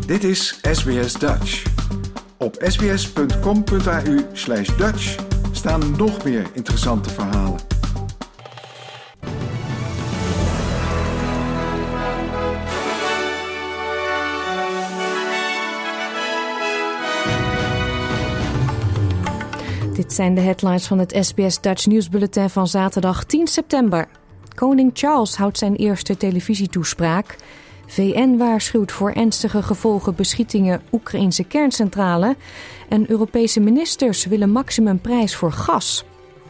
Dit is SBS Dutch. Op sbs.com.au/Dutch staan nog meer interessante verhalen. Dit zijn de headlines van het SBS Dutch nieuwsbulletin van zaterdag 10 september. Koning Charles houdt zijn eerste televisietoespraak. VN waarschuwt voor ernstige gevolgen beschietingen Oekraïnse kerncentrale. En Europese ministers willen maximumprijs voor gas.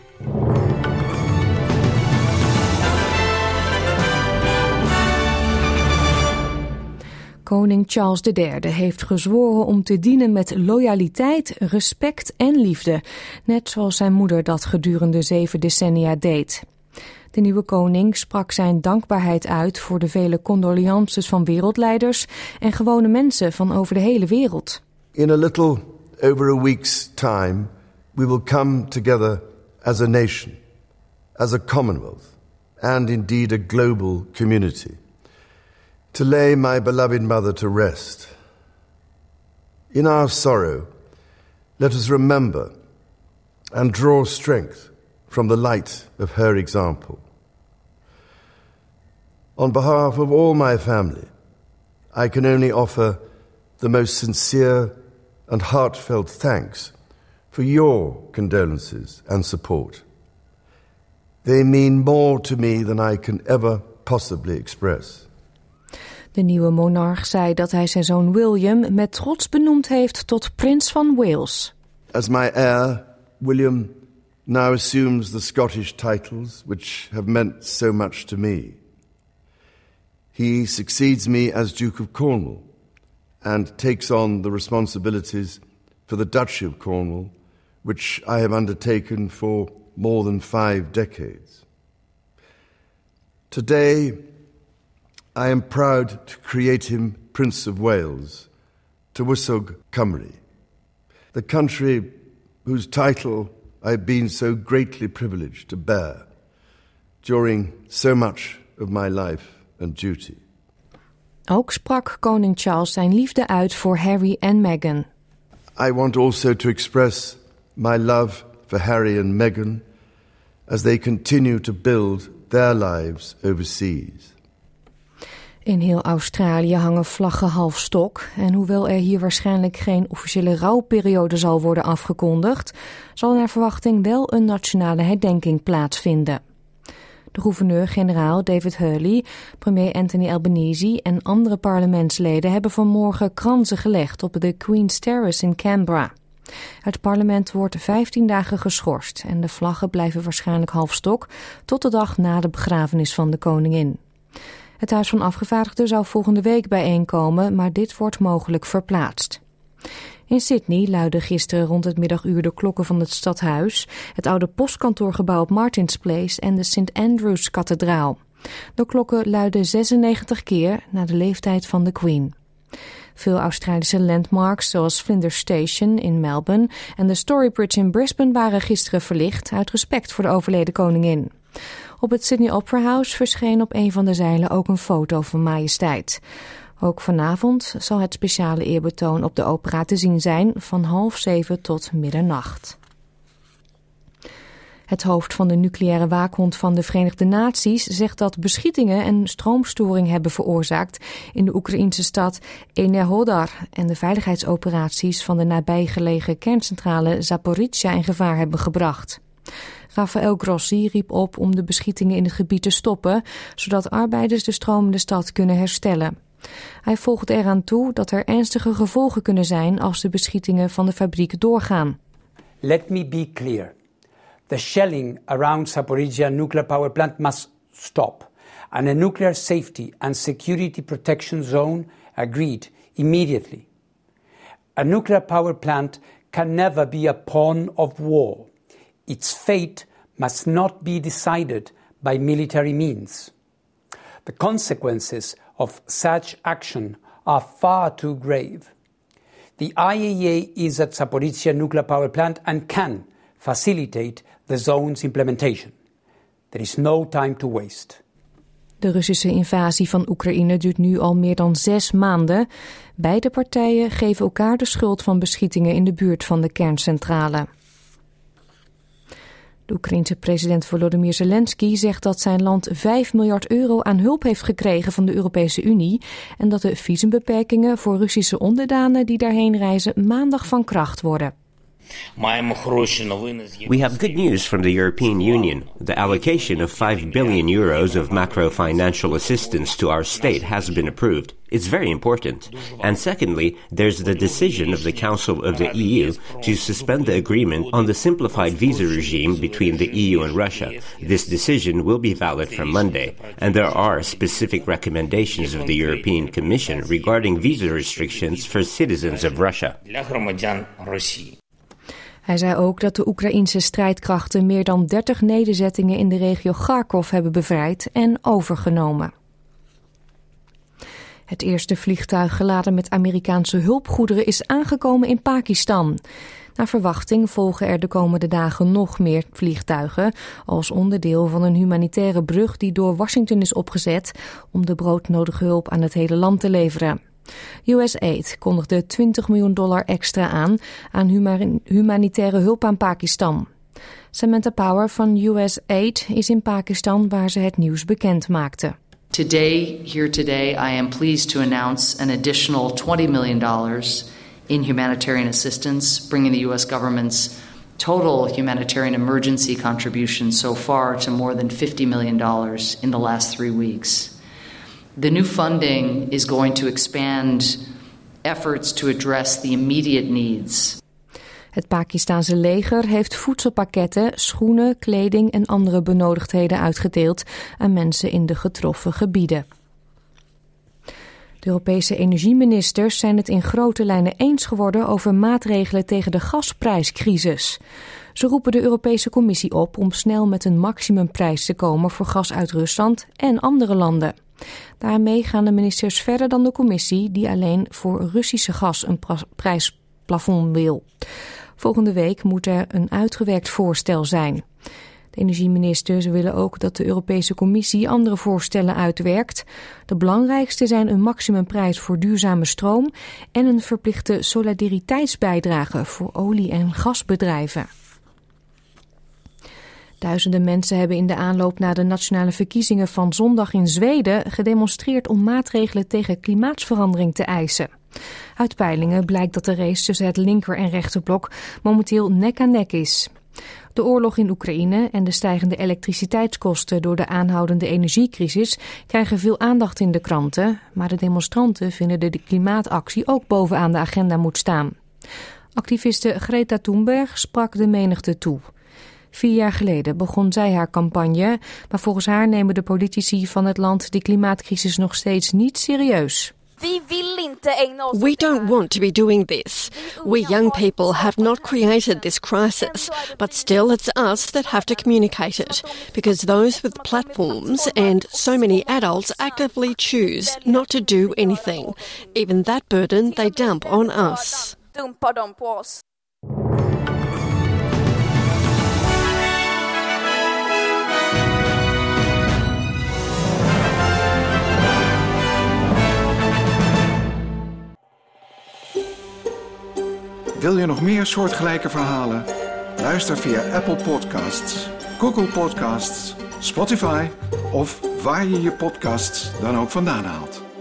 Koning Charles III heeft gezworen om te dienen met loyaliteit, respect en liefde. Net zoals zijn moeder dat gedurende 7 decennia deed. De nieuwe koning sprak zijn dankbaarheid uit voor de vele condolences van wereldleiders en gewone mensen van over de hele wereld. In a little over a week's time, we will come together as a nation, as a commonwealth, and indeed a global community, to lay my beloved mother to rest. In our sorrow, let us remember and draw strength from the light of her example. On behalf of all my family, I can only offer the most sincere and heartfelt thanks for your condolences and support. They mean more to me than I can ever possibly express. De nieuwe monarch zei dat hij zijn zoon William met trots benoemd heeft tot prins van Wales. As my heir, William now assumes the Scottish titles which have meant so much to me. He succeeds me as Duke of Cornwall and takes on the responsibilities for the Duchy of Cornwall, which I have undertaken for more than 5 decades. Today, I am proud to create him Prince of Wales, Tywysog Cymru, the country whose title I've been so greatly privileged to bear during so much of my life and duty. Ook sprak koning Charles zijn liefde uit voor Harry en Meghan. I want also to express my love for Harry and Meghan as they continue to build their lives overseas. In heel Australië hangen vlaggen half stok. En hoewel er hier waarschijnlijk geen officiële rouwperiode zal worden afgekondigd, zal naar verwachting wel een nationale herdenking plaatsvinden. De gouverneur-generaal David Hurley, premier Anthony Albanese en andere parlementsleden hebben vanmorgen kransen gelegd op de Queen's Terrace in Canberra. Het parlement wordt 15 dagen geschorst en de vlaggen blijven waarschijnlijk half stok tot de dag na de begrafenis van de koningin. Het Huis van Afgevaardigden zou volgende week bijeenkomen, maar dit wordt mogelijk verplaatst. In Sydney luidden gisteren rond het middaguur de klokken van het stadhuis, het oude postkantoorgebouw op Martins Place en de St. Andrews kathedraal. De klokken luidden 96 keer na de leeftijd van de Queen. Veel Australische landmarks zoals Flinders Station in Melbourne en de Story Bridge in Brisbane waren gisteren verlicht uit respect voor de overleden koningin. Op het Sydney Opera House verscheen op een van de zeilen ook een foto van majesteit. Ook vanavond zal het speciale eerbetoon op de opera te zien zijn van 6:30 tot middernacht. Het hoofd van de nucleaire waakhond van de Verenigde Naties zegt dat beschietingen en stroomstoring hebben veroorzaakt in de Oekraïnse stad Enerhodar en de veiligheidsoperaties van de nabijgelegen kerncentrale Zaporizhzhia in gevaar hebben gebracht. Rafael Grossi riep op om de beschietingen in het gebied te stoppen, zodat arbeiders de stromende stad kunnen herstellen. Hij voegt eraan toe dat er ernstige gevolgen kunnen zijn als de beschietingen van de fabriek doorgaan. Let me be clear. The shelling around Zaporizhzhia nuclear power plant must stop, and a nuclear safety and security protection zone agreed immediately. A nuclear power plant can never be a pawn of war. Its fate must not be decided by military means. The consequences of such action are far too grave. The IAEA is at Zaporizhzhia nuclear power plant and can facilitate the zone's implementation. There is no time to waste. De Russische invasie van Oekraïne duurt nu al meer dan 6 maanden. Beide partijen geven elkaar de schuld van beschietingen in de buurt van de kerncentrale. De Oekraïense president Volodymyr Zelensky zegt dat zijn land 5 miljard euro aan hulp heeft gekregen van de Europese Unie en dat de visumbeperkingen voor Russische onderdanen die daarheen reizen maandag van kracht worden. We have good news from the European Union. The allocation of 5 billion euros of macro-financial assistance to our state has been approved. It's very important. And secondly, there's the decision of the Council of the EU to suspend the agreement on the simplified visa regime between the EU and Russia. This decision will be valid from Monday, and there are specific recommendations of the European Commission regarding visa restrictions for citizens of Russia. Hij zei ook dat de Oekraïense strijdkrachten meer dan 30 nederzettingen in de regio Kharkov hebben bevrijd en overgenomen. Het eerste vliegtuig geladen met Amerikaanse hulpgoederen is aangekomen in Pakistan. Naar verwachting volgen er de komende dagen nog meer vliegtuigen als onderdeel van een humanitaire brug die door Washington is opgezet om de broodnodige hulp aan het hele land te leveren. USAID kondigde $20 miljoen extra aan humanitaire hulp aan Pakistan. Samantha Power van USAID is in Pakistan waar ze het nieuws bekend maakte. Today, I am pleased to announce an additional $20 million in humanitarian assistance, bringing the U.S. government's total humanitarian emergency contribution so far to more than $50 million in the last 3 weeks. The new funding is going to expand efforts to address the immediate needs. Het Pakistanse leger heeft voedselpakketten, schoenen, kleding en andere benodigdheden uitgedeeld aan mensen in de getroffen gebieden. De Europese energieministers zijn het in grote lijnen eens geworden over maatregelen tegen de gasprijscrisis. Ze roepen de Europese Commissie op om snel met een maximumprijs te komen voor gas uit Rusland en andere landen. Daarmee gaan de ministers verder dan de Commissie die alleen voor Russische gas een prijsplafond wil. Volgende week moet er een uitgewerkt voorstel zijn. De energieministers willen ook dat de Europese Commissie andere voorstellen uitwerkt. De belangrijkste zijn een maximumprijs voor duurzame stroom en een verplichte solidariteitsbijdrage voor olie- en gasbedrijven. Duizenden mensen hebben in de aanloop naar de nationale verkiezingen van zondag in Zweden gedemonstreerd om maatregelen tegen klimaatsverandering te eisen. Uit peilingen blijkt dat de race tussen het linker- en rechterblok momenteel nek aan nek is. De oorlog in Oekraïne en de stijgende elektriciteitskosten door de aanhoudende energiecrisis krijgen veel aandacht in de kranten, maar de demonstranten vinden dat de klimaatactie ook bovenaan de agenda moet staan. Activiste Greta Thunberg sprak de menigte toe. 4 jaar geleden begon zij haar campagne, maar volgens haar nemen de politici van het land de klimaatcrisis nog steeds niet serieus. We don't want to be doing this. We young people have not created this crisis, but still it's us that have to communicate it, because those with platforms and so many adults actively choose not to do anything. Even that burden they dump on us. Wil je nog meer soortgelijke verhalen? Luister via Apple Podcasts, Google Podcasts, Spotify of waar je je podcasts dan ook vandaan haalt.